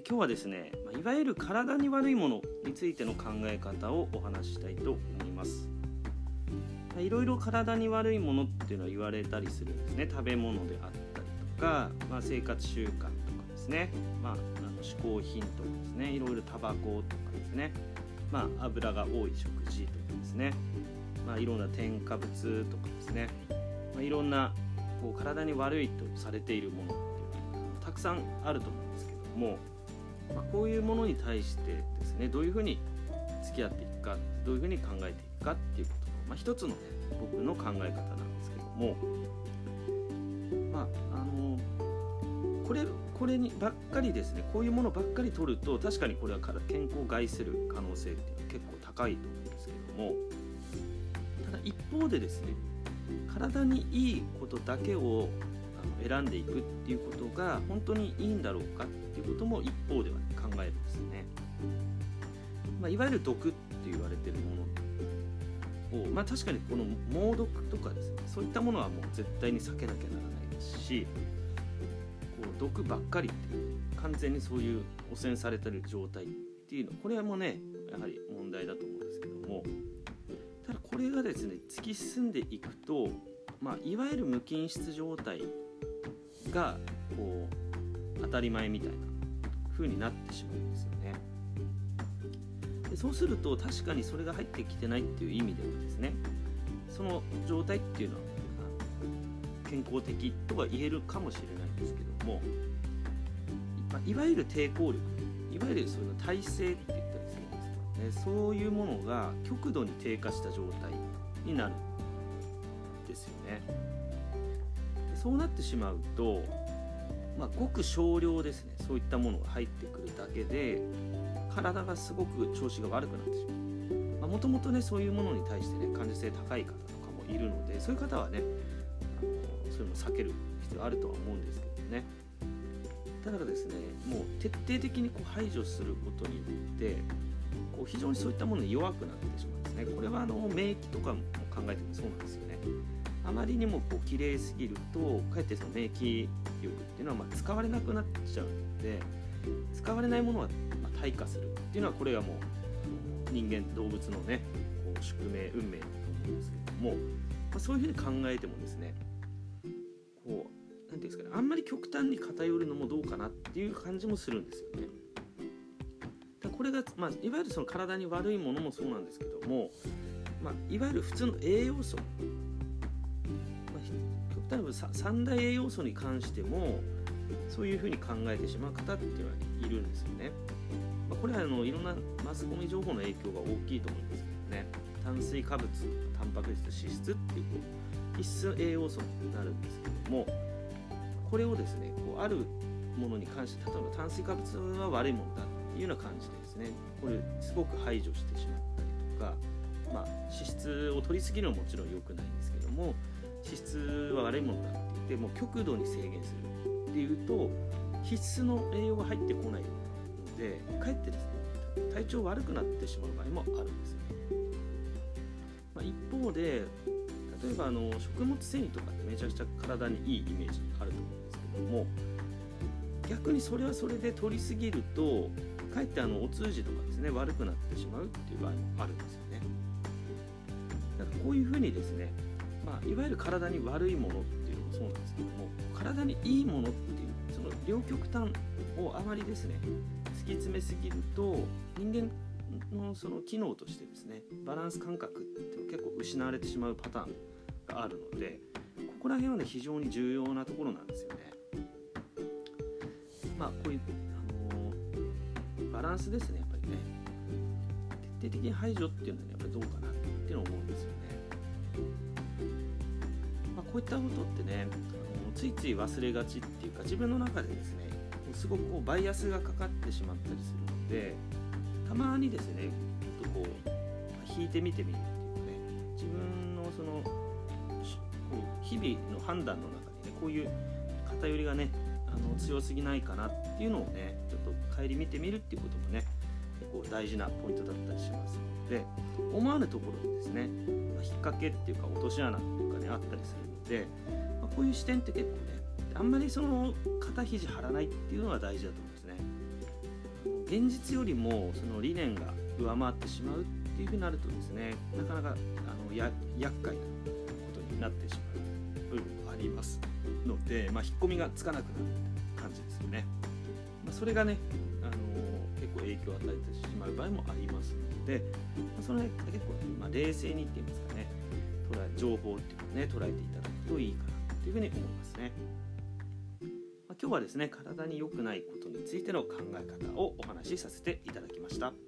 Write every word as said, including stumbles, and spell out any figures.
今日はですね、いわゆる体に悪いものについての考え方をお話ししたいと思います。いろいろ体に悪いものっていうのは言われたりするんですね。食べ物であったりとか、まあ、生活習慣とかですね、まあ、あの嗜好品とかですね、いろいろタバコとかですね、まあ、油が多い食事とかですね、まあ、いろんな添加物とかですね、まあ、いろんなこう体に悪いとされているものっていうのはたくさんあると思うんですけども、まあ、こういうものに対してですね、どういうふうに付き合っていくか、どういうふうに考えていくかっていうことの、まあ、一つのね、僕の考え方なんですけども、まああのこれこれにばっかりですね、こういうものばっかり取ると確かにこれは健康を害する可能性っていうのは結構高いと思うんですけども、ただ一方でですね、体にいいことだけを選んでいくっていうことが本当にいいんだろうかっていうことも一方では、ね、考えるんですよね。まあ、いわゆる毒って言われているものを、まあ、確かにこの猛毒とかですね、そういったものはもう絶対に避けなきゃならないですし、こう毒ばっかりっていう完全にそういう汚染されている状態っていうの、これはもうね、やはり問題だと思うんですけども、ただこれがですね、突き進んでいくと、まあ、いわゆる無菌質状態がこう当たり前みたいな風になってしまうんですよね。でそうすると確かにそれが入ってきてないっていう意味ではですね、その状態っていうのは健康的とは言えるかもしれないんですけども、いわゆる抵抗力、いわゆるその耐性って言ったりするんですけどね、そういうものが極度に低下した状態になるんですよね。そうなってしまうと、まあ、ごく少量ですね、そういったものが入ってくるだけで体がすごく調子が悪くなってしまう。もともとね、そういうものに対してね、感受性高い方とかもいるので、そういう方はね、あのそういうのを避ける必要あるとは思うんですけどね。だからですね、もう徹底的にこう排除することによってこう非常にそういったものに弱くなってしまうんですね。これはあの免疫とかも考えてもそうなんですよね。あまりにもこう綺麗すぎると、かえってその免疫力っていうのはまあ使われなくなっちゃうので、使われないものはまあ退化するっていうのは、これはもう人間動物のね、こう宿命運命だと思うんですけども、まあ、そういうふうに考えてもですね、こうなんていうんですかね、あんまり極端に偏るのもどうかなっていう感じもするんですよね。だこれが、まあ、いわゆるその体に悪いものもそうなんですけども、まあ、いわゆる普通の栄養素、極端に三大栄養素に関してもそういうふうに考えてしまう方っていうのはいるんですよね。まあ、これはあのいろんなマスコミ情報の影響が大きいと思うんですけどね、炭水化物、タンパク質、脂質っていうこう必須栄養素になるんですけども、これをですね、こうあるものに関して、例えば炭水化物は悪いものだっていうような感じでですね、これすごく排除してしまったりとか、まあ、脂質を取りすぎるのはもちろん良くないんですけども、脂質は悪いものだって言ってもう極度に制限するっていうと、必須の栄養が入ってこないので、かえってですね、体調悪くなってしまう場合もあるんですよね。まあ、一方で、例えばあの食物繊維とかってめちゃくちゃ体にいいイメージあると思うんですけども、逆にそれはそれで取りすぎると、かえってあのお通じとかですね、悪くなってしまうっていう場合もあるんですよね。だからこういうふうにですね、まあ、いわゆる体に悪いものっていうのもそうなんですけども、体にいいものっていうその両極端をあまりですね突き詰めすぎると、人間のその機能としてですね、バランス感覚っていうのが結構失われてしまうパターンがあるので、ここら辺はね、非常に重要なところなんですよね。まあこういう、あのー、バランスですね、やっぱりね、徹底的に排除っていうのは、ね、やっぱりどうかなっていうのを思うんですよね。まあ、こういったことってね、あのついつい忘れがちっていうか、自分の中でですね、すごくこうバイアスがかかってしまったりするので、たまにですね、ちょっとこう引いてみてみるっていうかね、自分のその日々の判断の中にね、こういう偏りがね、あの強すぎないかなっていうのをね、ちょっと顧みてみるっていうこともね、結構大事なポイントだったりしますので、思わぬところにですね、まあ、引っ掛けっていうか落とし穴っていうかね、あったりするので、まあ、こういう視点って結構ね、あんまりその肩肘張らないっていうのが大事だと思うんですね。 現実よりもその理念が上回ってしまうっていうふうになるとですね、なかなかあのや厄介なことになってしまう部分もありますので、まあ、引っ込みがつかなくなる感じですよね。まあ、それがね、あの結構影響を与えてしまう場合もありますので、まあ、その辺結構、ね、まあ、冷静にっていうんですかね、捉え情報っていうのをね捉えていただくといいかなというふうに思いますね。まあ、今日はですね、体に良くないことについての考え方をお話しさせていただきました。